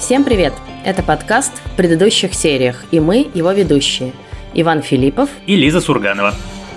Всем привет! Это подкаст в предыдущих сериях, и мы его ведущие. Иван Филиппов и Лиза Сурганова.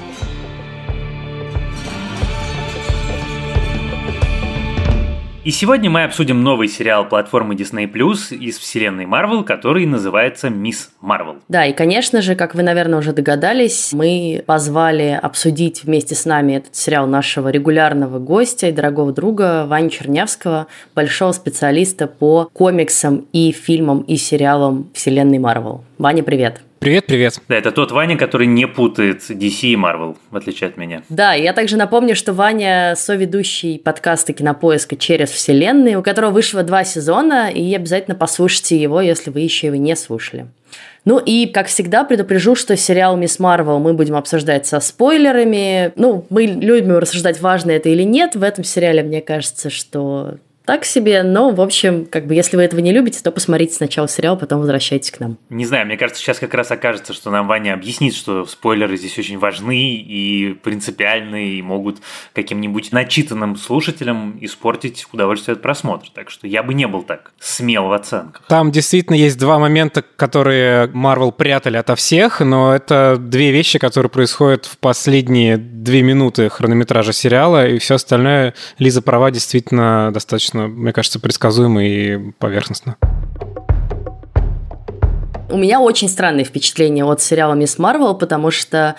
И сегодня мы обсудим новый сериал платформы Disney+ из вселенной Marvel, который называется «Мисс Марвел». Да, и, конечно же, как вы, наверное, уже догадались, мы позвали обсудить вместе с нами этот сериал нашего регулярного гостя и дорогого друга Ваню Чернявского, большого специалиста по комиксам и фильмам и сериалам вселенной Marvel. Ваня, привет! Привет. Да, это тот Ваня, который не путает DC и Marvel, в отличие от меня. Да, я также напомню, что Ваня соведущий подкаста «Кинопоиска. Через вселенные», у которого вышло 2 сезона, и обязательно послушайте его, если вы еще его не слушали. Ну и, как всегда, предупрежу, что сериал «Мисс Марвел» мы будем обсуждать со спойлерами. Мы любим рассуждать, важно это или нет. В этом сериале, мне кажется, что... так себе, но, в общем, если вы этого не любите, то посмотрите сначала сериал, потом возвращайтесь к нам. Не знаю, мне кажется, сейчас как раз окажется, что нам Ваня объяснит, что спойлеры здесь очень важны и принципиальны, и могут каким-нибудь начитанным слушателям испортить удовольствие от просмотра. Так что я бы не был так смел в оценках. Там действительно есть 2 момента, которые Marvel прятали ото всех, но это 2 вещи, которые происходят в последние 2 минуты хронометража сериала, и все остальное, Лиза права, действительно достаточно, мне кажется, предсказуемо и поверхностно. У меня очень странные впечатления от сериала «Мисс Марвел», потому что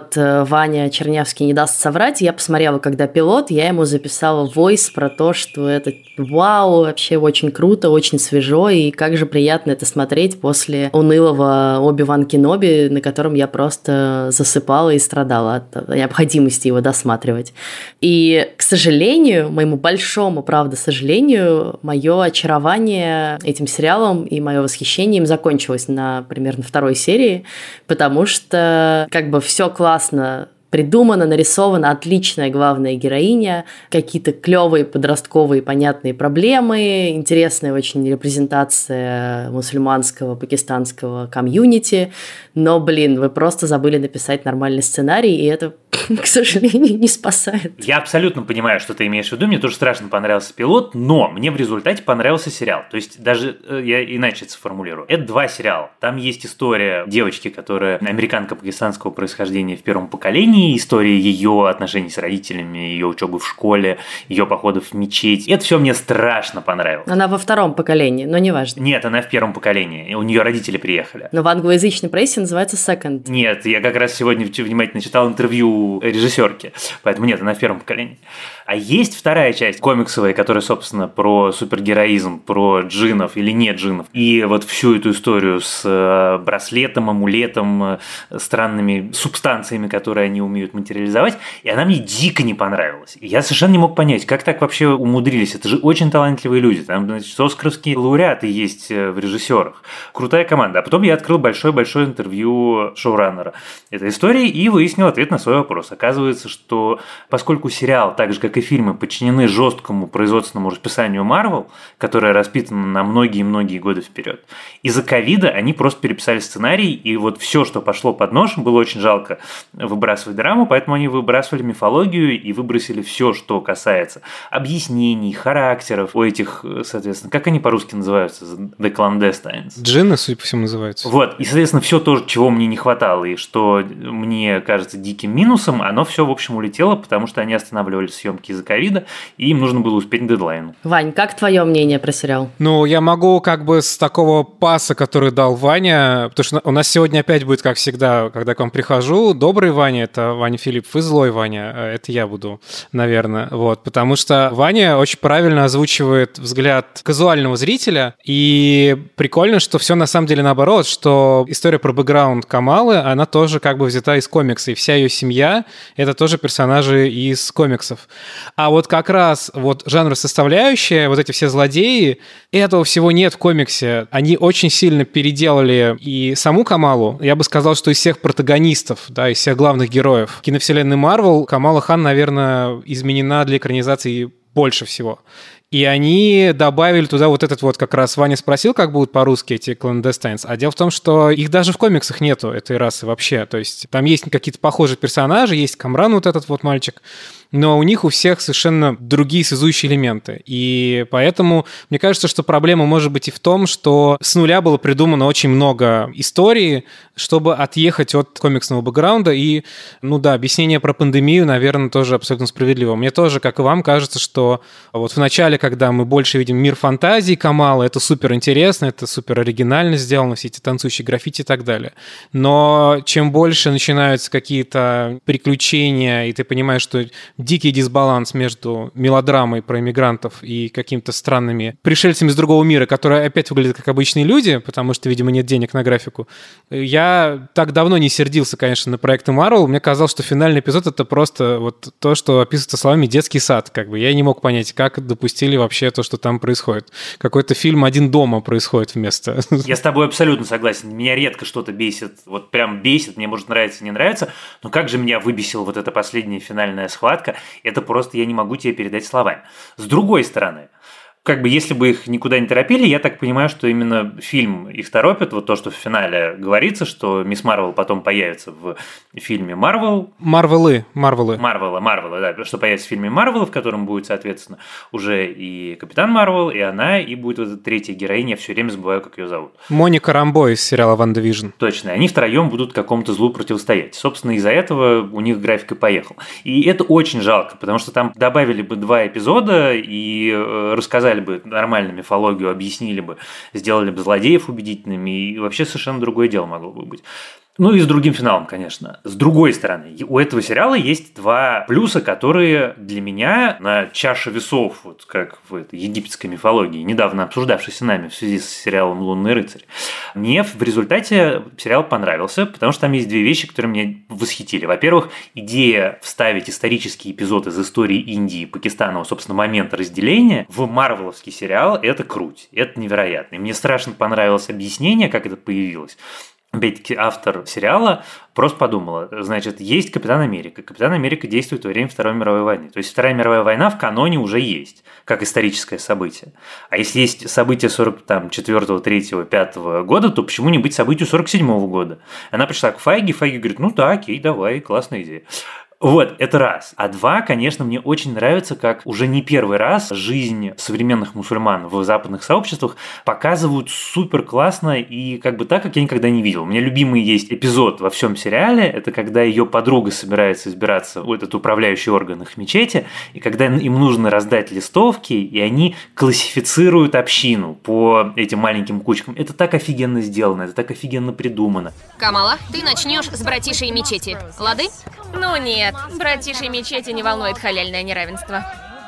Ваня Чернявский не даст соврать. Я посмотрела, когда пилот, я ему записала войс про то, что это вау, вообще очень круто, очень свежо, и как же приятно это смотреть после унылого Оби-Ван Кеноби, на котором я просто засыпала и страдала от необходимости его досматривать. И, к сожалению, моему большому, правда, сожалению, мое очарование этим сериалом и мое восхищение им закончилось примерно 2 серии, потому что все классно придумано, нарисовано, отличная главная героиня, какие-то клевые подростковые понятные проблемы, интересная очень репрезентация мусульманского, пакистанского комьюнити, но, вы просто забыли написать нормальный сценарий, и это, к сожалению, не спасает. Я абсолютно понимаю, что ты имеешь в виду, мне тоже страшно понравился пилот, но мне в результате понравился сериал, то есть даже я иначе это сформулирую. Это 2 сериала, там есть история девочки, которая американка пакистанского происхождения в первом поколении, история ее отношений с родителями, ее учебы в школе, ее походов в мечеть. Это все мне страшно понравилось. Она во 2 поколении, но неважно. Нет, она в 1 поколении. У нее родители приехали. Но в англоязычной прессе называется second. Нет, я как раз сегодня внимательно читал интервью режиссерки, поэтому нет, она в 1 поколении. А есть 2 часть комиксовая, которая, собственно, про супергероизм, про джиннов или не джиннов. И всю эту историю с браслетом, амулетом, странными субстанциями, которые они умеют материализовать. И она мне дико не понравилась. И я совершенно не мог понять, как так вообще умудрились. Это же очень талантливые люди. Там, оскаровские лауреаты есть в режиссерах. Крутая команда. А потом я открыл большое-большое интервью шоураннера этой истории и выяснил ответ на свой вопрос. Оказывается, что поскольку сериал, так же как и фильмы, подчинены жесткому производственному расписанию Marvel, которое расписано на многие-многие годы вперед, из-за ковида они просто переписали сценарий, и все, что пошло под нож, было очень жалко выбрасывать драму, поэтому они выбрасывали мифологию и выбросили все, что касается объяснений, характеров у этих, соответственно, как они по-русски называются? The Clandestines. Джинны, судя по всему, называются. И, соответственно, все то, чего мне не хватало, и что мне кажется диким минусом, оно все, в общем, улетело, потому что они останавливали съемки из-за ковида, и им нужно было успеть к дедлайну. Вань, как твое мнение про сериал? Я могу с такого паса, который дал Ваня, потому что у нас сегодня опять будет, как всегда, когда к вам прихожу, добрый Ваня, это Ваня Филиппов, и злой Ваня, это я буду, наверное, потому что Ваня очень правильно озвучивает взгляд казуального зрителя, и прикольно, что все на самом деле наоборот, что история про бэкграунд Камалы, она тоже взята из комикса, и вся ее семья — это тоже персонажи из комиксов. А как раз жанр составляющая, эти все злодеи, этого всего нет в комиксе. Они очень сильно переделали и саму Камалу. Я бы сказал, что из всех протагонистов, из всех главных героев киновселенной Marvel Камала Хан, наверное, изменена для экранизации больше всего. И они добавили туда вот этот вот, как раз Ваня спросил, как будут по-русски эти clandestines. А дело в том, что их даже в комиксах нету, этой расы вообще. То есть там есть какие-то похожие персонажи, есть Камран, вот этот вот мальчик, но у них у всех совершенно другие связующие элементы. И поэтому мне кажется, что проблема может быть и в том, что с нуля было придумано очень много историй, чтобы отъехать от комиксного бэкграунда. И, ну да, объяснение про пандемию, наверное, тоже абсолютно справедливо. Мне тоже, как и вам, кажется, что вот в начале, когда мы больше видим мир фантазии Камала, это супер интересно, это супер оригинально сделано, все эти танцующие граффити и так далее. Но чем больше начинаются какие-то приключения, и ты понимаешь, что дикий дисбаланс между мелодрамой про иммигрантов и какими-то странными пришельцами с другого мира, которые опять выглядят как обычные люди, потому что, видимо, нет денег на графику. Я так давно не сердился, конечно, на проекты Marvel. Мне казалось, что финальный эпизод — это просто вот то, что описывается словами «детский сад». Как бы. Я не мог понять, как допустили вообще то, что там происходит. Какой-то фильм «Один дома» происходит вместо. Я с тобой абсолютно согласен. Меня редко что-то бесит. Вот прям бесит. Мне может нравиться, не нравится. Но как же меня выбесила вот эта последняя финальная схватка. Это просто я не могу тебе передать словами. С другой стороны, как бы если бы их никуда не торопили, я так понимаю, что именно фильм их торопит. Вот то, что в финале говорится, что Мисс Марвел потом появится в фильме Марвел. Марвелы, да, что появится в фильме Марвел, в котором будет, соответственно, уже и Капитан Марвел, и она, и будет вот эта третья героиня, я все время забываю, как ее зовут. Моника Рамбо из сериала «Ван Дивижн». Точно, они втроем будут какому-то злу противостоять. Собственно, из-за этого у них график и поехал. И это очень жалко, потому что там добавили бы 2 эпизода и рассказали бы нормально мифологию, объяснили бы, сделали бы злодеев убедительными, и вообще совершенно другое дело могло бы быть. Ну и с другим финалом, конечно. С другой стороны, у этого сериала есть 2 плюса, которые для меня на чаше весов, вот как в этой египетской мифологии, недавно обсуждавшейся нами в связи с сериалом «Лунный рыцарь». Мне в результате сериал понравился, потому что там есть 2 вещи, которые меня восхитили. Во-первых, идея вставить исторический эпизод из истории Индии и Пакистана, собственно, момента разделения, в марвеловский сериал – это круть, это невероятно. И мне страшно понравилось объяснение, как это появилось. Опять-таки, автор сериала просто подумала, значит, есть Капитан Америка. Капитан Америка действует во время Второй мировой войны. То есть Вторая мировая война в каноне уже есть, как историческое событие. А если есть событие 44-го, 3-го, 5-го года, то почему не быть событию 47-го года? Она пришла к Файге, Файги говорит, ну да, окей, давай, классная идея. Вот, это раз. А 2, конечно, мне очень нравится, как уже не первый раз жизнь современных мусульман в западных сообществах показывают супер классно и как бы так, как я никогда не видел. У меня любимый есть эпизод во всем сериале, это когда ее подруга собирается избираться в этот управляющий орган их мечети, и когда им нужно раздать листовки, и они классифицируют общину по этим маленьким кучкам. Это так офигенно сделано, это так офигенно придумано. Камала, ты начнешь с братишей мечети, лады? Ну нет, братишей мечети не волнует халяльное неравенство.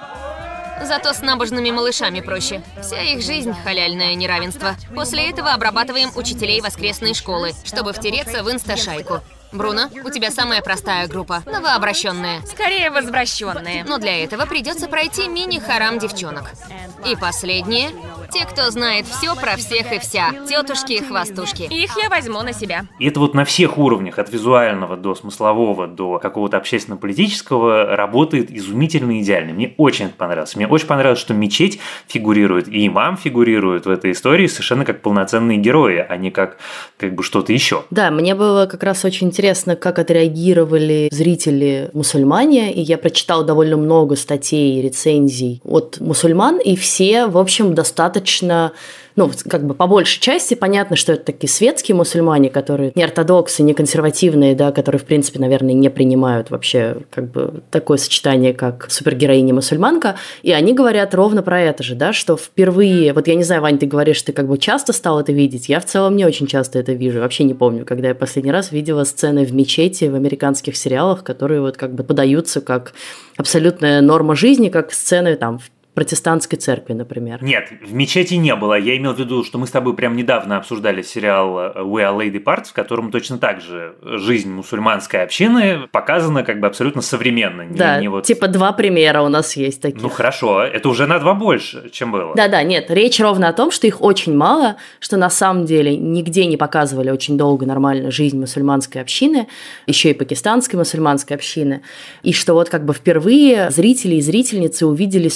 Зато с набожными малышами проще. Вся их жизнь – халяльное неравенство. После этого обрабатываем учителей воскресной школы, чтобы втереться в инсташайку. Бруно, у тебя самая простая группа, новообращенная. Скорее возвращенные. Но для этого придется пройти мини-харам девчонок. И последнее – те, кто знает все про всех и вся. Тетушки и хвостушки. Их я возьму на себя. И это вот на всех уровнях, от визуального до смыслового, до какого-то общественно-политического, работает изумительно идеально. Мне очень это понравилось. Мне очень понравилось, что мечеть фигурирует, и имам фигурирует в этой истории совершенно как полноценные герои, а не как бы что-то еще. Да, мне было как раз очень интересно, как отреагировали зрители-мусульмане, и я прочитала довольно много статей, рецензий от мусульман, и все, в общем, достаточно, ну, как бы по большей части понятно, что это такие светские мусульмане, которые не ортодоксы, не консервативные, да, которые, в принципе, наверное, не принимают вообще как бы такое сочетание, как супергероиня-мусульманка, и они говорят ровно про это же, да, что впервые, вот я не знаю, Вань, ты говоришь, ты как бы часто стал это видеть, я в целом не очень часто это вижу, вообще не помню, когда я последний раз видела сцены в мечети в американских сериалах, которые вот как бы подаются как абсолютная норма жизни, как сцены там в протестантской церкви, например. Нет, в мечети не было. Я имел в виду, что мы с тобой прям недавно обсуждали сериал We Are Lady Parts, в котором точно так же жизнь мусульманской общины показана как бы абсолютно современно. Да, не вот... типа 2 примера у нас есть таких. Ну хорошо, это уже на 2 больше, чем было. Да-да, нет, речь ровно о том, что их очень мало, что на самом деле нигде не показывали очень долго нормально жизнь мусульманской общины, еще и пакистанской мусульманской общины, и что вот как бы впервые зрители и зрительницы увидели свою жизнь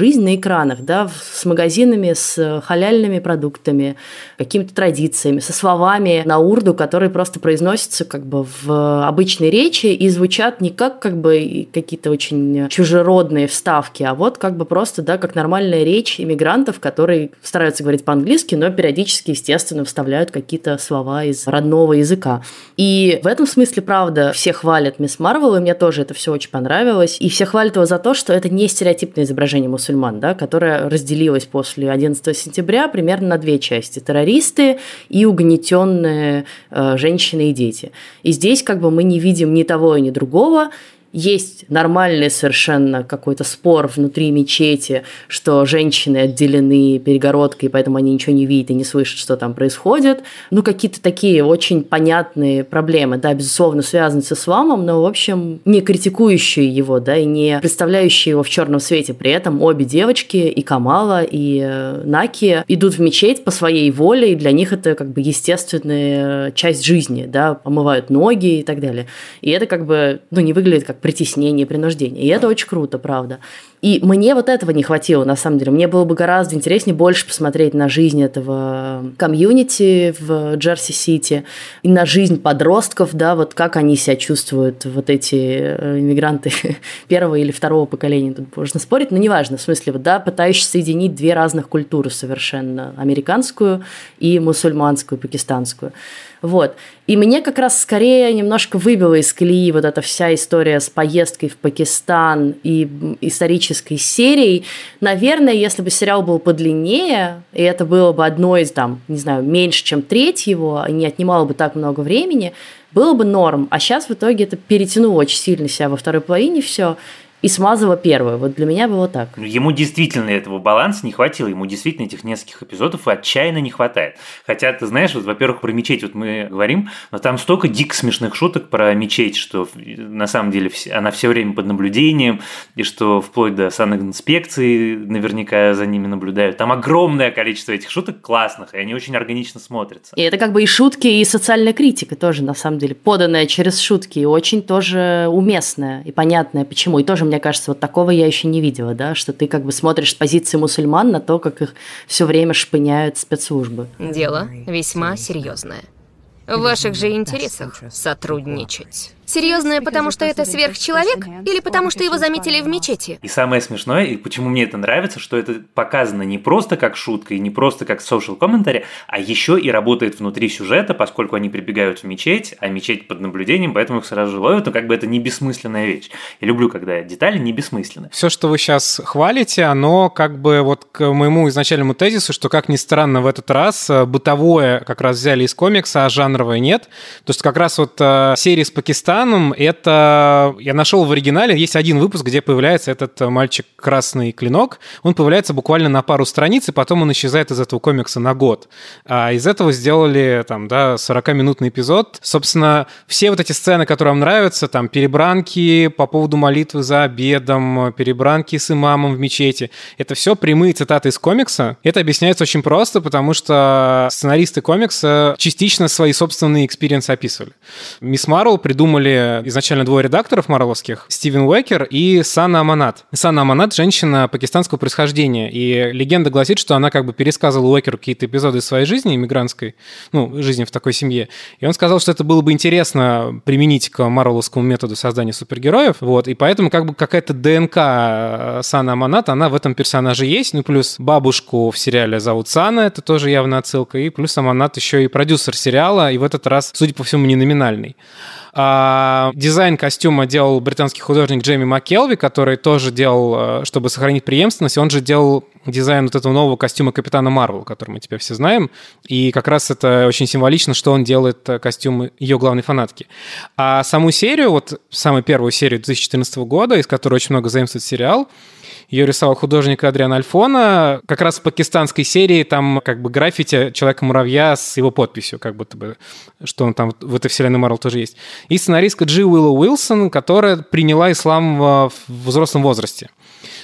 жизнь на экранах, да, с магазинами, с халяльными продуктами, какими-то традициями, со словами на урду, которые просто произносятся как бы в обычной речи и звучат не как бы какие-то очень чужеродные вставки, а вот как бы просто, да, как нормальная речь иммигрантов, которые стараются говорить по-английски, но периодически, естественно, вставляют какие-то слова из родного языка. И в этом смысле, правда, все хвалят Мисс Марвел, и мне тоже это все очень понравилось. И все хвалят его за то, что это не стереотипное изображение мусульман, да, которое разделилось после 11 сентября примерно на две части. Террористы и угнетенные женщины и дети. И здесь как бы мы не видим ни того и ни другого. Есть нормальный совершенно какой-то спор внутри мечети, что женщины отделены перегородкой, поэтому они ничего не видят и не слышат, что там происходит. Ну, какие-то такие очень понятные проблемы, да, безусловно, связанные с исламом, но, в общем, не критикующие его, да, и не представляющие его в черном свете. При этом обе девочки, и Камала, и Наки, идут в мечеть по своей воле, и для них это как бы естественная часть жизни, да, омывают ноги и так далее. И это как бы, ну, не выглядит как притеснение, принуждение. И это очень круто, правда. И мне вот этого не хватило, на самом деле. Мне было бы гораздо интереснее больше посмотреть на жизнь этого комьюнити в Джерси-Сити и на жизнь подростков, да, вот как они себя чувствуют, вот эти иммигранты первого или второго поколения, тут можно спорить, но неважно, в смысле, вот, да, пытающиеся соединить две разных культуры совершенно, американскую и мусульманскую, пакистанскую. Вот. И мне как раз скорее немножко выбила из колеи вот эта вся история с поездкой в Пакистан и исторической серией. Наверное, если бы сериал был подлиннее, и это было бы одно из, там, не знаю, меньше, чем треть его, и не отнимало бы так много времени, было бы норм. А сейчас в итоге это перетянуло очень сильно себя во второй половине все и смазала первую. Вот для меня было так. Ему действительно этого баланса не хватило, ему действительно этих нескольких эпизодов отчаянно не хватает. Хотя, ты знаешь, вот, во-первых, про мечеть вот мы говорим, но там столько дико смешных шуток про мечеть, что на самом деле она все время под наблюдением, и что вплоть до санэпинспекции наверняка за ними наблюдают. Там огромное количество этих шуток классных, и они очень органично смотрятся. И это как бы и шутки, и социальная критика тоже, на самом деле, поданная через шутки, и очень тоже уместная и понятная, почему. И тоже, мне кажется, вот такого я еще не видела, да, что ты как бы смотришь с позиции мусульман на то, как их все время шпыняют спецслужбы. Дело весьма серьезное. В ваших же интересах сотрудничать. Серьезное, потому что это сверхчеловек, или потому что его заметили в мечети? И самое смешное, и почему мне это нравится, что это показано не просто как шутка и не просто как social commentary, а еще и работает внутри сюжета, поскольку они прибегают в мечеть, а мечеть под наблюдением, поэтому их сразу же ловят, но как бы это не бессмысленная вещь. Я люблю, когда детали не бессмысленны. Все, что вы сейчас хвалите, оно как бы вот к моему изначальному тезису, что, как ни странно, в этот раз бытовое как раз взяли из комикса, а жанровое нет. То есть как раз вот серия с Пакистаном, это я нашел в оригинале, есть один выпуск, где появляется этот мальчик Красный Клинок, он появляется буквально на пару страниц, и потом он исчезает из этого комикса на год. А из этого сделали там, да, 40-минутный эпизод. Собственно, все вот эти сцены, которые вам нравятся, там перебранки по поводу молитвы за обедом, перебранки с имамом в мечети, это все прямые цитаты из комикса. Это объясняется очень просто, потому что сценаристы комикса частично свои собственные экспириенсы описывали. Мисс Марвел придумали изначально двое редакторов марвеловских, Стивен Уэкер и Сана Аманат. Сана Аманат – женщина пакистанского происхождения, и легенда гласит, что она как бы пересказывала Уэкеру какие-то эпизоды из своей жизни, иммигрантской, ну, жизни в такой семье, и он сказал, что это было бы интересно применить к марвеловскому методу создания супергероев, вот, и поэтому как бы какая-то ДНК Сана Аманат, она в этом персонаже есть, ну, плюс бабушку в сериале зовут Сана, это тоже явно отсылка, и плюс Аманат еще и продюсер сериала, и в этот раз, судя по всему, не номинальный. Дизайн костюма делал британский художник Джейми МакКелви, который тоже делал, чтобы сохранить преемственность, он же делал дизайн вот этого нового костюма Капитана Марвел, который мы теперь все знаем, и как раз это очень символично, что он делает костюм ее главной фанатки. А саму серию, вот самую первую серию 2014 года, из которой очень много заимствует сериал, ее рисовал художник Адриан Альфона. Как раз в пакистанской серии там как бы граффити Человека-муравья с его подписью, как будто бы, что он там в этой вселенной Марвел тоже есть. И сценаристка Джи Уиллоу Уилсон, которая приняла ислам в взрослом возрасте.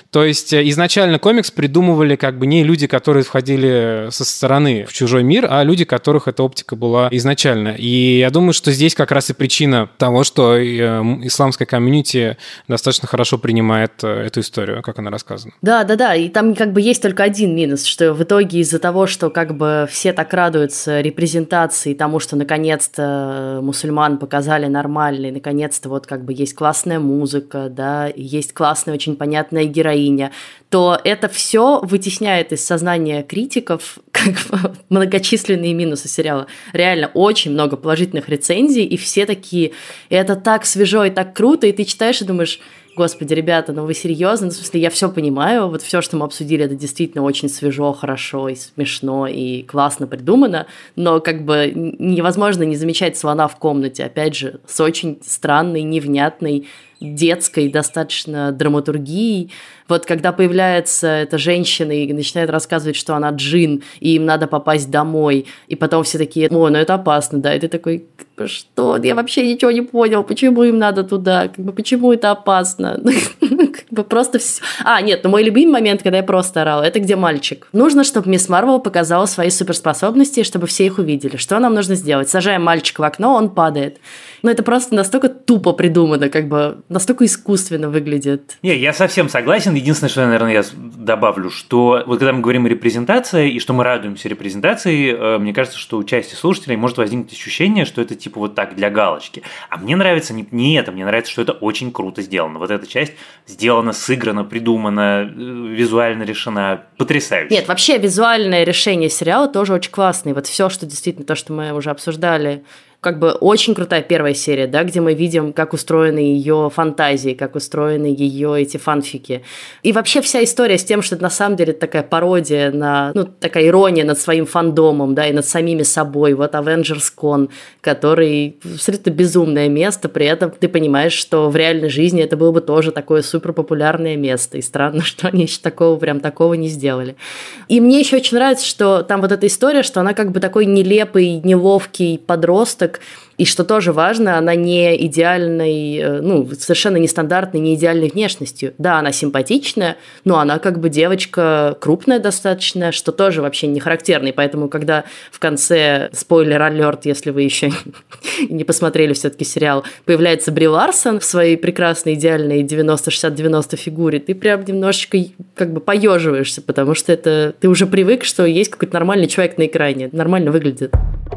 То есть изначально комикс придумывали как бы не люди, которые входили со стороны в чужой мир, а люди, у которых эта оптика была изначально. И я думаю, что здесь как раз и причина того, что исламская комьюнити достаточно хорошо принимает эту историю, как она рассказана. Да, и там как бы есть только один минус, что в итоге из-за того, что как бы все так радуются репрезентации, тому, что наконец-то мусульман показали нормально, и наконец-то вот как бы есть классная музыка, да, есть классная, очень понятная героиня, то это все вытесняет из сознания критиков как бы многочисленные минусы сериала. Реально очень много положительных рецензий, и все такие, это так свежо и так круто, и ты читаешь и думаешь, господи, ребята, ну вы серьезно? Ну, в смысле, я все понимаю, вот все, что мы обсудили, это действительно очень свежо, хорошо и смешно и классно придумано, но как бы невозможно не замечать слона в комнате, опять же, с очень странной, невнятной, детской достаточно драматургией. Вот когда появляется эта женщина и начинает рассказывать, что она джин, и им надо попасть домой, и потом все такие, о, ну это опасно, да, и ты такой, что? Я вообще ничего не понял, почему им надо туда, как бы, почему это опасно? Как бы просто все. Нет, но мой любимый момент, когда я просто орала, это где мальчик. Нужно, чтобы мисс Марвел показала свои суперспособности, чтобы все их увидели. Что нам нужно сделать? Сажаем мальчика в окно, он падает. Но это просто настолько тупо придумано, как бы настолько искусственно выглядит. Не, я совсем согласен. Единственное, что, наверное, я добавлю, что вот когда мы говорим о репрезентации, и что мы радуемся репрезентации, мне кажется, что у части слушателей может возникнуть ощущение, что это типа вот так, для галочки. А мне нравится не это, мне нравится, что это очень круто сделано. Вот эта часть сделана, сыграна, придумана, визуально решена, потрясающе. Нет, вообще визуальное решение сериала тоже очень классное. Вот все, что действительно, то, что мы уже обсуждали, как бы очень крутая первая серия, да, где мы видим, как устроены ее фантазии, как устроены ее эти фанфики. И вообще вся история с тем, что это на самом деле такая пародия на, ну, такая ирония над своим фандомом, да, и над самими собой. Вот Avengers Con, который абсолютно безумное место, при этом ты понимаешь, что в реальной жизни это было бы тоже такое суперпопулярное место. И странно, что они еще такого не сделали. И мне еще очень нравится, что там вот эта история, что она как бы такой нелепый, неловкий подросток, и что тоже важно, она не идеальной, ну, совершенно нестандартной, не идеальной внешностью. Да, она симпатичная, но она как бы девочка крупная достаточно, что тоже вообще не характерно. И поэтому, когда в конце, спойлер-алерт, если вы еще не посмотрели все-таки сериал, появляется Бри Ларсон в своей прекрасной, идеальной 90-60-90 фигуре, ты прям немножечко как бы поеживаешься, потому что это ты уже привык, что есть какой-то нормальный человек на экране, нормально выглядит.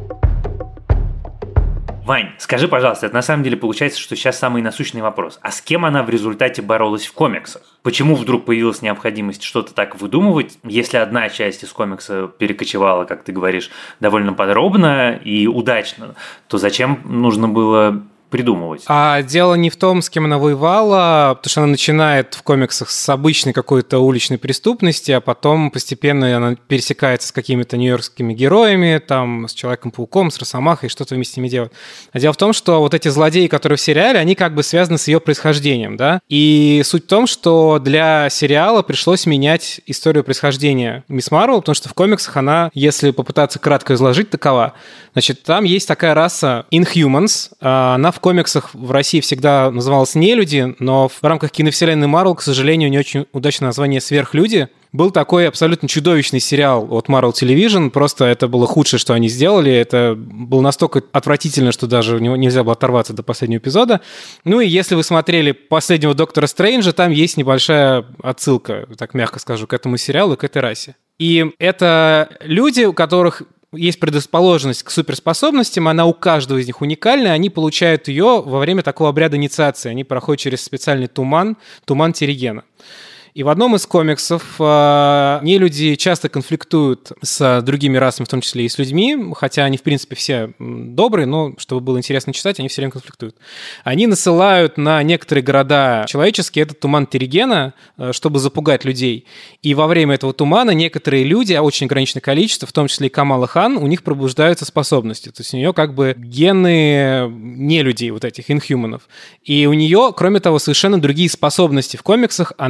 Вань, скажи, пожалуйста, это на самом деле получается, что сейчас самый насущный вопрос. А с кем она в результате боролась в комиксах? Почему вдруг появилась необходимость что-то так выдумывать, если одна часть из комикса перекочевала, как ты говоришь, довольно подробно и удачно, то зачем нужно было придумывать? А дело не в том, с кем она воевала, потому что она начинает в комиксах с обычной какой-то уличной преступности, а потом постепенно она пересекается с какими-то нью-йоркскими героями, там, с Человеком-пауком, с Росомахой, что-то вместе с ними делать. А дело в том, что вот эти злодеи, которые в сериале, они как бы связаны с ее происхождением, да? И суть в том, что для сериала пришлось менять историю происхождения Мисс Марвел, потому что в комиксах она, если попытаться кратко изложить, такова. Значит, там есть такая раса Inhumans, она в комиксах в России всегда называлась «Нелюди», но в рамках киновселенной Marvel, к сожалению, не очень удачное название «Сверхлюди». Был такой абсолютно чудовищный сериал от Marvel Television, просто это было худшее, что они сделали, это было настолько отвратительно, что даже у него нельзя было оторваться до последнего эпизода. Ну и если вы смотрели последнего Доктора Стрэнджа, там есть небольшая отсылка, так мягко скажу, к этому сериалу и к этой расе. И это люди, у которых есть предрасположенность к суперспособностям, она у каждого из них уникальная, они получают ее во время такого обряда инициации, они проходят через специальный туман Терригена. И в одном из комиксов нелюди часто конфликтуют с другими расами, в том числе и с людьми, хотя они, в принципе, все добрые, но чтобы было интересно читать, они все время конфликтуют. Они насылают на некоторые города человеческие этот туман Терригена, чтобы запугать людей. И во время этого тумана некоторые люди, а очень ограниченное количество, в том числе и Камала Хан, у них пробуждаются способности. То есть у нее как бы гены нелюдей, вот этих инхьюманов. И у нее, кроме того, совершенно другие способности в комиксах. Она как бы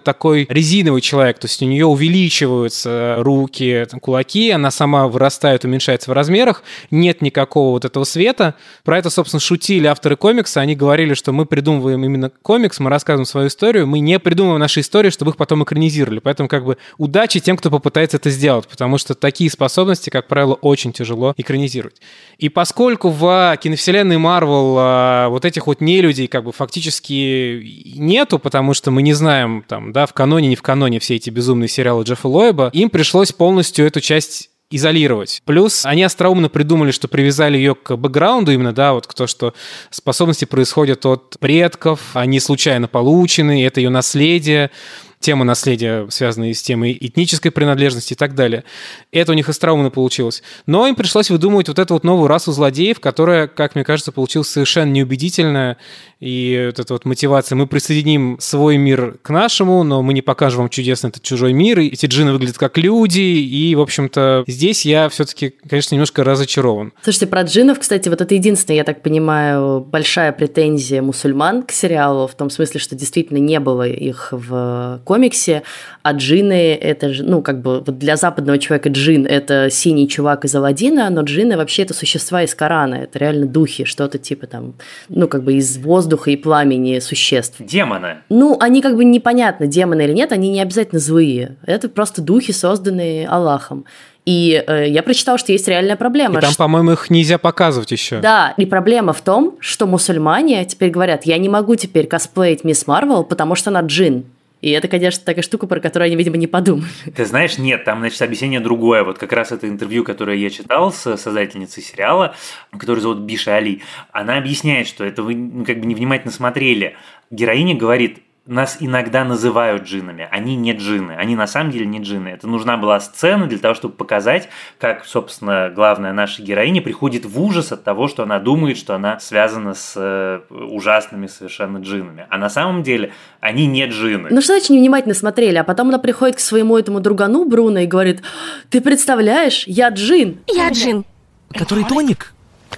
такой резиновый человек, то есть у нее увеличиваются руки, кулаки, она сама вырастает, уменьшается в размерах, нет никакого вот этого света. Про это, собственно, шутили авторы комикса, они говорили, что мы придумываем именно комикс, мы рассказываем свою историю, мы не придумываем наши истории, чтобы их потом экранизировали. Поэтому как бы удачи тем, кто попытается это сделать, потому что такие способности, как правило, очень тяжело экранизировать. И поскольку в киновселенной Marvel вот этих вот нелюдей как бы фактически нету, потому что мы не знаем, там, да, в каноне, не в каноне все эти безумные сериалы Джеффа Лоэба, им пришлось полностью эту часть изолировать. Плюс они остроумно придумали, что привязали ее к бэкграунду именно, да, вот к то, что способности происходят от предков, они случайно получены, это ее наследие, тема наследия, связанная с темой этнической принадлежности и так далее. Это у них остроумно получилось. Но им пришлось выдумывать вот эту вот новую расу злодеев, которая, как мне кажется, получилась совершенно неубедительная. И вот эта вот мотивация: мы присоединим свой мир к нашему, но мы не покажем вам чудесный этот чужой мир, и эти джинны выглядят как люди, и, в общем-то, здесь я все-таки, конечно, немножко разочарован. Слушайте, про джиннов, кстати, вот это единственная, я так понимаю, большая претензия мусульман к сериалу, в том смысле, что действительно не было их в комиксе, а джинны — это же, ну, как бы вот для западного человека джин — это синий чувак из Аладдина, но джинны вообще это существа из Корана, это реально духи, что-то типа там, ну, как бы из воздуха и пламени существ. Демоны. Ну, они как бы непонятно, демоны или нет, они не обязательно злые, это просто духи, созданные Аллахом. И я прочитала, что есть реальная проблема. И там, по-моему, их нельзя показывать еще. Да, и проблема в том, что мусульмане теперь говорят: я не могу теперь косплеить Мисс Марвел, потому что она джин. И это, конечно, такая штука, про которую они, видимо, не подумали. Ты знаешь, нет, там, значит, объяснение другое. Вот как раз это интервью, которое я читал с создательницей сериала, которую зовут Биша Али, она объясняет, что это вы как бы невнимательно смотрели. Героиня говорит: нас иногда называют джиннами, они не джинны, они на самом деле не джинны. Это нужна была сцена для того, чтобы показать, как, собственно, главная наша героиня приходит в ужас от того, что она думает, что она связана с ужасными совершенно джиннами. А на самом деле они не джинны. Ну что значит невнимательно смотрели? А потом она приходит к своему этому другану Бруно и говорит: ты представляешь, я джин. Я джин. Который тоник?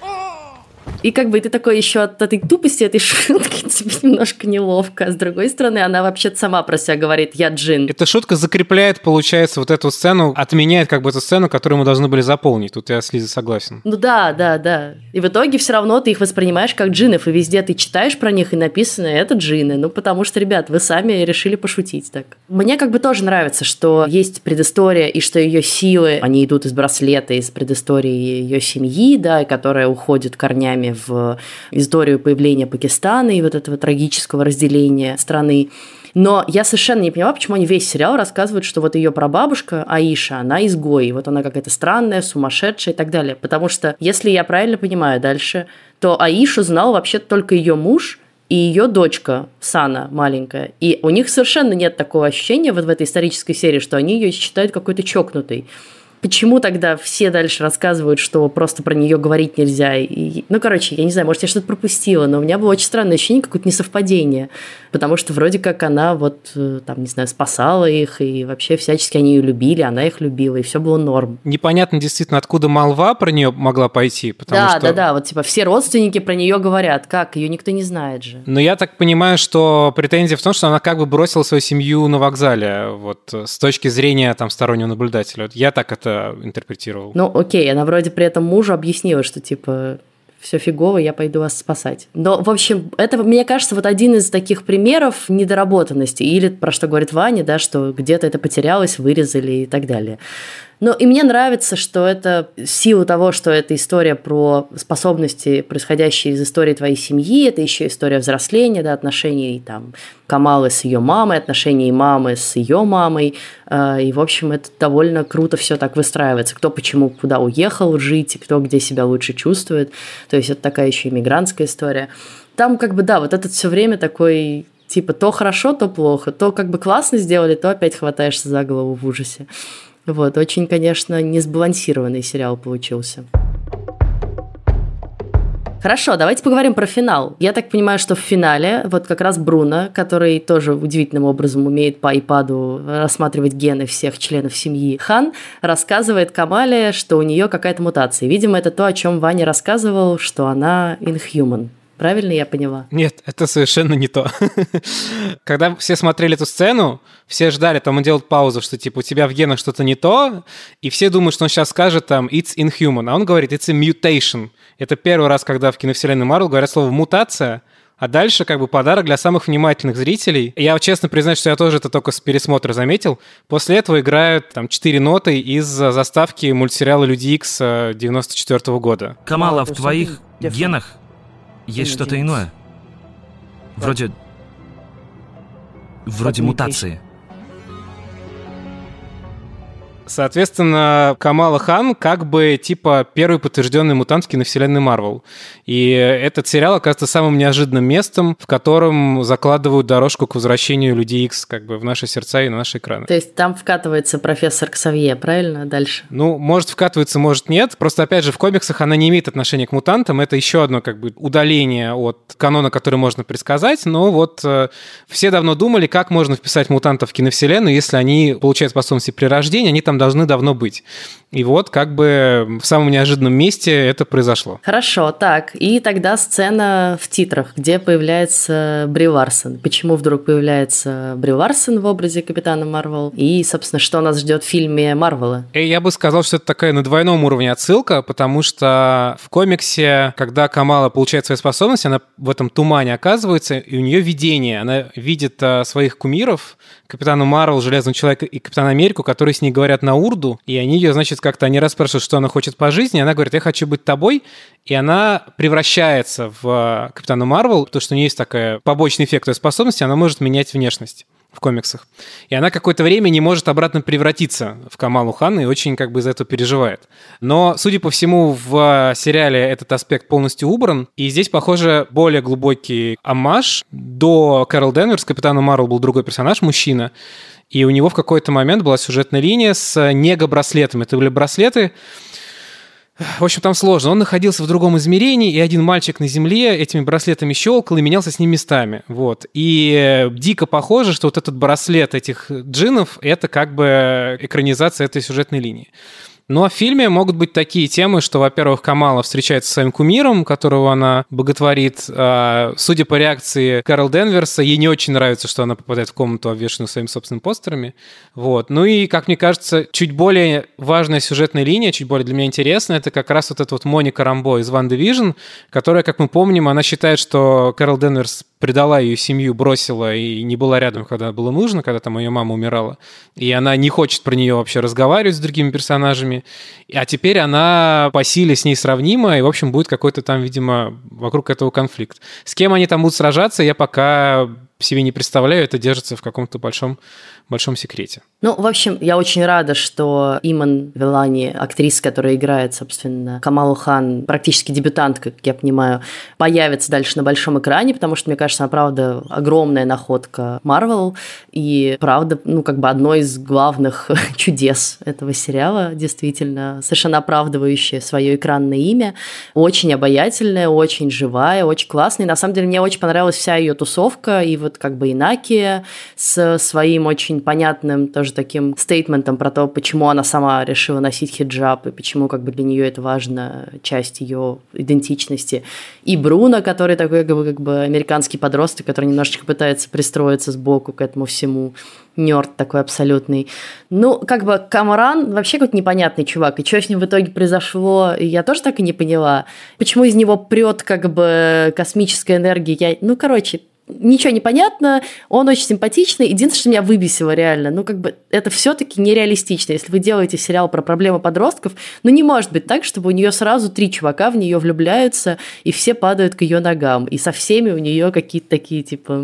И как бы ты такой еще от этой тупости, этой шутки тебе немножко неловко. А с другой стороны, она вообще-то сама про себя говорит: я джин. Эта шутка закрепляет, получается, вот эту сцену, отменяет как бы эту сцену, которую мы должны были заполнить. Тут я с Лизой согласен. Ну да. И в итоге все равно ты их воспринимаешь как джиннов, и везде ты читаешь про них, и написано: это джинны. Ну, потому что, ребят, вы сами решили пошутить так. Мне как бы тоже нравится, что есть предыстория, и что ее силы, они идут из браслета, из предыстории ее семьи, да, которая уходит корнями в историю появления Пакистана и вот этого трагического разделения страны. Но я совершенно не понимаю, почему они весь сериал рассказывают, что вот ее прабабушка Аиша, она изгой, вот она какая-то странная, сумасшедшая и так далее. Потому что, если я правильно понимаю дальше, то Аишу знал вообще только ее муж и ее дочка Сана маленькая. И у них совершенно нет такого ощущения вот в этой исторической серии, что они ее считают какой-то чокнутой. Почему тогда все дальше рассказывают, что просто про нее говорить нельзя? Ну, короче, я не знаю, может, я что-то пропустила, но у меня было очень странное ощущение, какое-то несовпадение. Потому что вроде как она вот, там, не знаю, спасала их, и вообще всячески они ее любили, она их любила, и все было норм. Непонятно действительно, откуда молва про нее могла пойти, потому что... Да, вот типа все родственники про нее говорят, как, ее никто не знает же. Но я так понимаю, что претензия в том, что она как бы бросила свою семью на вокзале, вот с точки зрения там стороннего наблюдателя. Вот я так это интерпретировал. Ну, окей, она вроде при этом мужу объяснила, что типа... все фигово, я пойду вас спасать. Но, в общем, это, мне кажется, вот один из таких примеров недоработанности. Или про что говорит Ваня, да, что где-то это потерялось, вырезали и так далее. Ну, и мне нравится, что это в силу того, что это история про способности, происходящие из истории твоей семьи, это еще история взросления, да, отношений там Камалы с ее мамой, отношений мамы с ее мамой. И, в общем, это довольно круто все так выстраивается. Кто почему куда уехал жить, кто где себя лучше чувствует. То есть это такая еще иммигрантская история. Там как бы, да, вот этот все время такой... Типа то хорошо, то плохо. То как бы классно сделали, то опять хватаешься за голову в ужасе. Вот, очень, конечно, несбалансированный сериал получился. Хорошо, давайте поговорим про финал. Я так понимаю, что в финале вот как раз Бруно, который тоже удивительным образом умеет по айпаду рассматривать гены всех членов семьи Хан, рассказывает Камале, что у нее какая-то мутация. Видимо, это то, о чем Ваня рассказывал, что она Inhuman. Правильно я поняла? Нет, это совершенно не то. Когда все смотрели эту сцену, все ждали, там он делает паузу, что типа у тебя в генах что-то не то, и все думают, что он сейчас скажет там «it's inhuman», а он говорит «it's a mutation». Это первый раз, когда в киновселенной Марвел говорят слово «мутация», а дальше как бы подарок для самых внимательных зрителей. Я честно признаюсь, что я тоже это только с пересмотра заметил. После этого играют там 4 ноты из заставки мультсериала «Люди Икс» 94 года. Камала, в твоих генах есть что-то иное. Вроде мутации. Соответственно, Камала Хан как бы типа первый подтвержденный мутант в киновселенной Марвел. И этот сериал оказывается самым неожиданным местом, в котором закладывают дорожку к возвращению Людей Икс как бы в наши сердца и на наши экраны. То есть там вкатывается профессор Ксавье, правильно? Дальше? Ну, может вкатывается, может нет. Просто, опять же, в комиксах она не имеет отношения к мутантам. Это еще одно как бы удаление от канона, который можно предсказать. Но вот все давно думали, как можно вписать мутантов в киновселенную, если они получают способности при рождении, они там должны давно быть. И вот как бы в самом неожиданном месте это произошло. Хорошо, так. И тогда сцена в титрах, где появляется Бри Ларсон. Почему вдруг появляется Бри Ларсон в образе Капитана Марвел? И, собственно, что нас ждет в фильме Марвела? Я бы сказал, что это такая на двойном уровне отсылка, потому что в комиксе, когда Камала получает свои способности, она в этом тумане оказывается, и у нее видение. Она видит своих кумиров, Капитана Марвел, Железного Человека и Капитана Америку, которые с ней говорят на урду, и они ее, значит, как-то они расспрашивают, что она хочет по жизни, и она говорит, я хочу быть тобой, и она превращается в Капитана Марвел, потому что у нее есть такой побочный эффект той способности, она может менять внешность в комиксах. И она какое-то время не может обратно превратиться в Камалу Хан и очень как бы из-за этого переживает. Но, судя по всему, в сериале этот аспект полностью убран, и здесь, похоже, более глубокий оммаж. До Кэрол Денверс Капитану Марвел был другой персонаж, мужчина, и у него в какой-то момент была сюжетная линия с нега-браслетами. Это были браслеты. В общем, там сложно. Он находился в другом измерении, и один мальчик на Земле этими браслетами щелкал и менялся с ним местами. Вот. И дико похоже, что вот этот браслет этих джиннов — это как бы экранизация этой сюжетной линии. Ну, а в фильме могут быть такие темы, что, во-первых, Камала встречается со своим кумиром, которого она боготворит. Судя по реакции Кэрол Денверса, ей не очень нравится, что она попадает в комнату, обвешанную своими собственными постерами. Вот. Ну и, как мне кажется, чуть более важная сюжетная линия, чуть более для меня интересная, это как раз вот эта вот Моника Рамбо из «Ван Дивижн», которая, как мы помним, она считает, что Кэрол Денверс предала ее семью, бросила и не была рядом, когда было нужно, когда там ее мама умирала. И она не хочет про нее вообще разговаривать с другими персонажами. А теперь она по силе с ней сравнима, и, в общем, будет какой-то там, видимо, вокруг этого конфликт. С кем они там будут сражаться, я пока себе не представляю, это держится в каком-то большом секрете. Ну, в общем, я очень рада, что Иман Велани, актриса, которая играет, собственно, Камалу Хан, практически дебютантка, как я понимаю, появится дальше на большом экране, потому что, мне кажется, она, правда, огромная находка Марвел, и, правда, ну, как бы одно из главных чудес этого сериала, действительно, совершенно оправдывающее свое экранное имя, очень обаятельная, очень живая, очень классная, и, на самом деле, мне очень понравилась вся ее тусовка, и вот как бы Инаки с своим очень понятным тоже таким стейтментом про то, почему она сама решила носить хиджаб и почему как бы для нее это важная часть ее идентичности. И Бруно, который такой как бы американский подросток, который немножечко пытается пристроиться сбоку к этому всему. Нёрд такой абсолютный. Ну, как бы Камаран вообще какой-то непонятный чувак. И что с ним в итоге произошло, я тоже так и не поняла. Почему из него прет как бы космическая энергия? Ну, короче, ничего не понятно, он очень симпатичный. Единственное, что меня выбесило реально, ну, как бы, это все-таки нереалистично. Если вы делаете сериал про проблемы подростков, ну, не может быть так, чтобы у нее сразу 3 чувака в нее влюбляются, и все падают к ее ногам. И со всеми у нее какие-то такие, типа,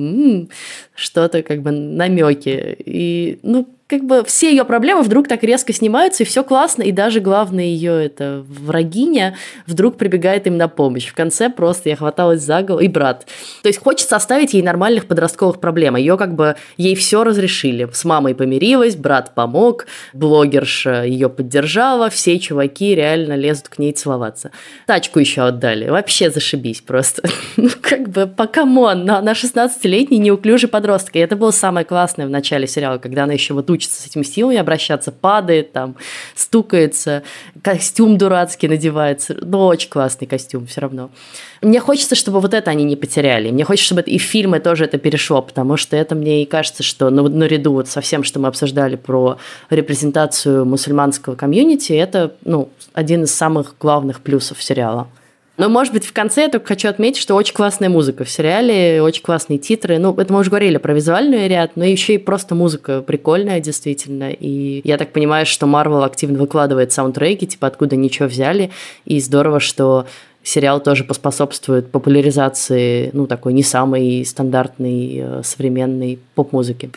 что-то, как бы, намеки. И, ну, как бы все ее проблемы вдруг так резко снимаются, и все классно, и даже главная ее эта врагиня вдруг прибегает им на помощь. В конце просто я хваталась за голову, и брат. То есть хочется оставить ей нормальных подростковых проблем. Ее как бы, ей все разрешили. С мамой помирилась, брат помог, блогерша ее поддержала, все чуваки реально лезут к ней целоваться. Тачку еще отдали. Вообще зашибись просто. Ну, как бы, камон, на 16-летний неуклюжий подросток. И это было самое классное в начале сериала, когда она еще вот учится с этими силами обращаться, падает, там, стукается, костюм дурацкий надевается. Ну, очень классный костюм все равно. Мне хочется, чтобы вот это они не потеряли. Мне хочется, чтобы и в фильмы тоже это перешло, потому что это мне и кажется, что наряду вот со всем, что мы обсуждали про репрезентацию мусульманского комьюнити, это, один из самых главных плюсов сериала. Но, может быть, в конце я только хочу отметить, что очень классная музыка в сериале, очень классные титры. Это мы уже говорили про визуальный ряд, но еще и просто музыка прикольная, действительно. И я так понимаю, что Marvel активно выкладывает саундтреки, типа откуда ничего взяли. И здорово, что сериал тоже поспособствует популяризации, такой не самой стандартной современной поп-музыки.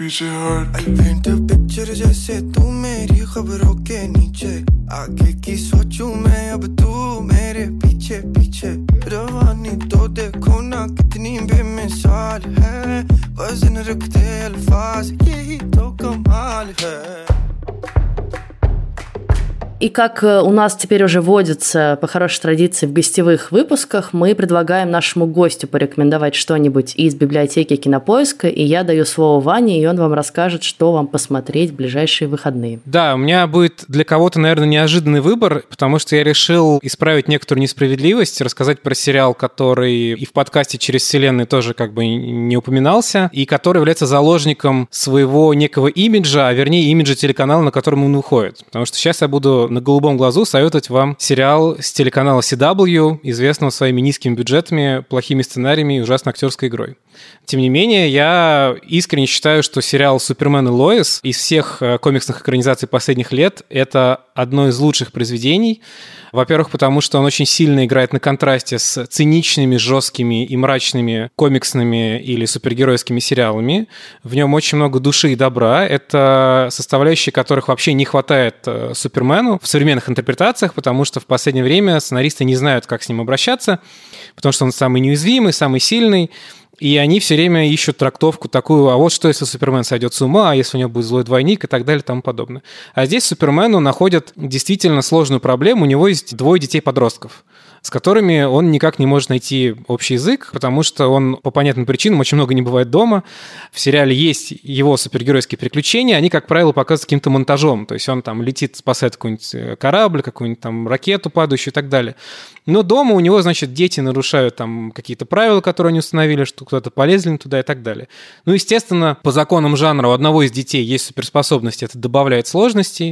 И как у нас теперь уже водится по хорошей традиции в гостевых выпусках, мы предлагаем нашему гостю порекомендовать что-нибудь из библиотеки Кинопоиска, и я даю слово Ване, и он вам расскажет, что вам посмотреть в ближайшие выходные. Да, у меня будет для кого-то, наверное, неожиданный выбор, потому что я решил исправить некоторую несправедливость, рассказать про сериал, который и в подкасте «Через вселенную» тоже как бы не упоминался, и который является заложником своего некого имиджа, а вернее имиджа телеканала, на котором он выходит. Потому что сейчас я буду на голубом глазу советовать вам сериал с телеканала CW, известного своими низкими бюджетами, плохими сценариями и ужасной актерской игрой. Тем не менее, я искренне считаю, что сериал «Супермен и Лоис» из всех комиксных экранизаций последних лет — это одно из лучших произведений. Во-первых, потому что он очень сильно играет на контрасте с циничными, жесткими и мрачными комиксными или супергеройскими сериалами. В нем очень много души и добра. Это составляющие, которых вообще не хватает Супермену в современных интерпретациях, потому что в последнее время сценаристы не знают, как с ним обращаться, потому что он самый неуязвимый, самый сильный. И они все время ищут трактовку такую, а вот что, если Супермен сойдет с ума, а если у него будет злой двойник и так далее и тому подобное. А здесь Супермену находят действительно сложную проблему. У него есть 2 детей-подростков, с которыми он никак не может найти общий язык, потому что он по понятным причинам очень много не бывает дома. В сериале есть его супергеройские приключения, они, как правило, показываются каким-то монтажом. То есть он там летит, спасает какой-нибудь корабль, какую-нибудь там ракету падающую и так далее. Но дома у него, значит, дети нарушают там какие-то правила, которые они установили, что куда-то полезли туда и так далее. Естественно, по законам жанра у одного из детей есть суперспособности, это добавляет сложностей.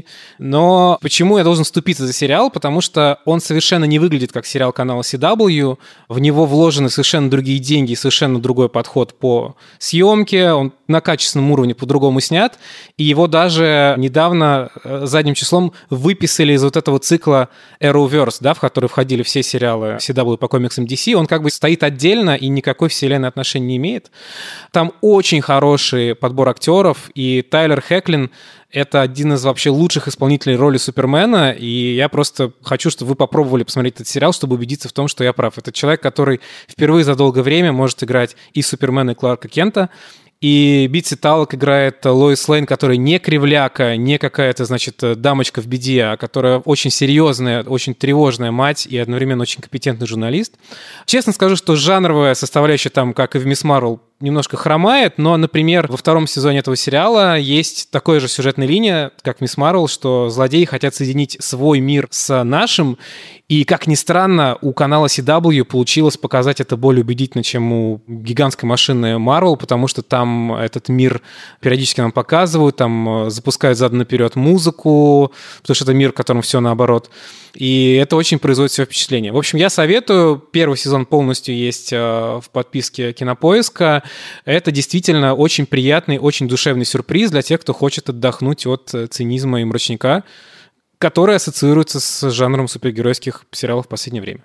Но почему я должен вступиться за сериал? Потому что он совершенно не выглядит как сериал канала CW, в него вложены совершенно другие деньги, совершенно другой подход по съемке, он на качественном уровне по-другому снят, и его даже недавно задним числом выписали из вот этого цикла Arrowverse, да, в который входили все сериалы CW по комиксам DC, он как бы стоит отдельно и никакой вселенной отношения не имеет. Там очень хороший подбор актеров, и Тайлер Хэклин — это один из вообще лучших исполнителей роли Супермена, и я просто хочу, чтобы вы попробовали посмотреть этот сериал, чтобы убедиться в том, что я прав. Это человек, который впервые за долгое время может играть и Супермена, и Кларка Кента. И Битси Таллок играет Лоис Лейн, которая не кривляка, не какая-то, значит, дамочка в беде, а которая очень серьезная, очень тревожная мать и одновременно очень компетентный журналист. Честно скажу, что жанровая составляющая там, как и в «Мисс Марвел», немножко хромает, но, например, во 2 сезоне этого сериала есть такая же сюжетная линия, как «Мисс Марвел», что злодеи хотят соединить свой мир с нашим, и, как ни странно, у канала CW получилось показать это более убедительно, чем у гигантской машины Marvel, потому что там этот мир периодически нам показывают, там запускают задом наперед музыку, потому что это мир, в котором все наоборот. И это очень производит все впечатление. В общем, я советую. 1 сезон полностью есть в подписке Кинопоиска. Это действительно очень приятный, очень душевный сюрприз для тех, кто хочет отдохнуть от цинизма и мрачняка, который ассоциируется с жанром супергеройских сериалов в последнее время.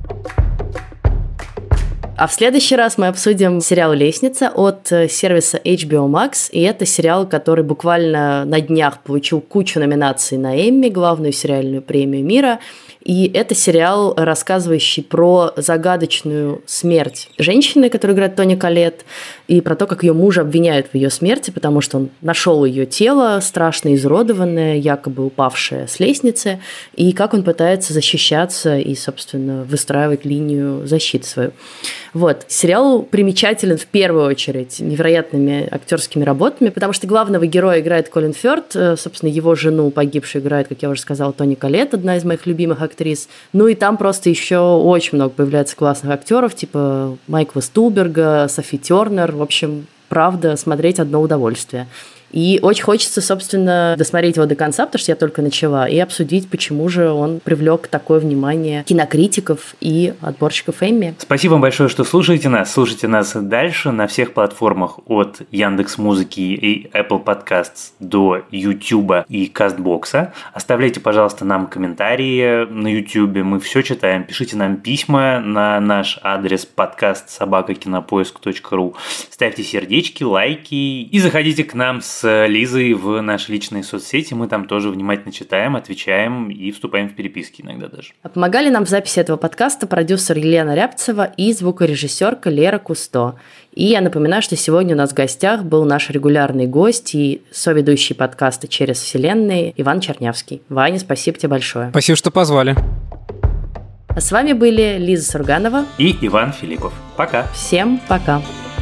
А в следующий раз мы обсудим сериал «Лестница» от сервиса HBO Max. И это сериал, который буквально на днях получил кучу номинаций на Эмми, главную сериальную премию мира. И это сериал, рассказывающий про загадочную смерть женщины, которую играет Тони Коллетт, и про то, как ее мужа обвиняют в ее смерти, потому что он нашел ее тело, страшно изуродованное, якобы упавшее с лестницы, и как он пытается защищаться и, собственно, выстраивать линию защиты свою. Вот. Сериал примечателен в первую очередь невероятными актерскими работами, потому что главного героя играет Колин Фёрд, собственно, его жену погибшую играет, как я уже сказала, Тони Коллетт, одна из моих любимых актрис. Ну и там просто еще очень много появляется классных актеров, типа Майкла Стулберга, Софи Тернер. В общем, правда, смотреть одно удовольствие. И очень хочется, собственно, досмотреть его до конца, потому что я только начала, и обсудить, почему же он привлек такое внимание кинокритиков и отборщиков Эмми. Спасибо вам большое, что слушаете нас. Слушайте нас дальше на всех платформах от Яндекс.Музыки и Apple Podcasts до YouTube и Кастбокса. Оставляйте, пожалуйста, нам комментарии на YouTube. Мы все читаем. Пишите нам письма на наш адрес podcast@kinopoisk.ru. Ставьте сердечки, лайки и заходите к нам с Лизой в наши личные соцсети. Мы там тоже внимательно читаем, отвечаем и вступаем в переписки иногда даже. Помогали нам в записи этого подкаста продюсер Елена Рябцева и звукорежиссерка Лера Кусто. И я напоминаю, что сегодня у нас в гостях был наш регулярный гость и соведущий подкаста «Через вселенные» Иван Чернявский. Ваня, спасибо тебе большое. Спасибо, что позвали. А с вами были Лиза Сурганова и Иван Филиппов. Пока. Всем пока.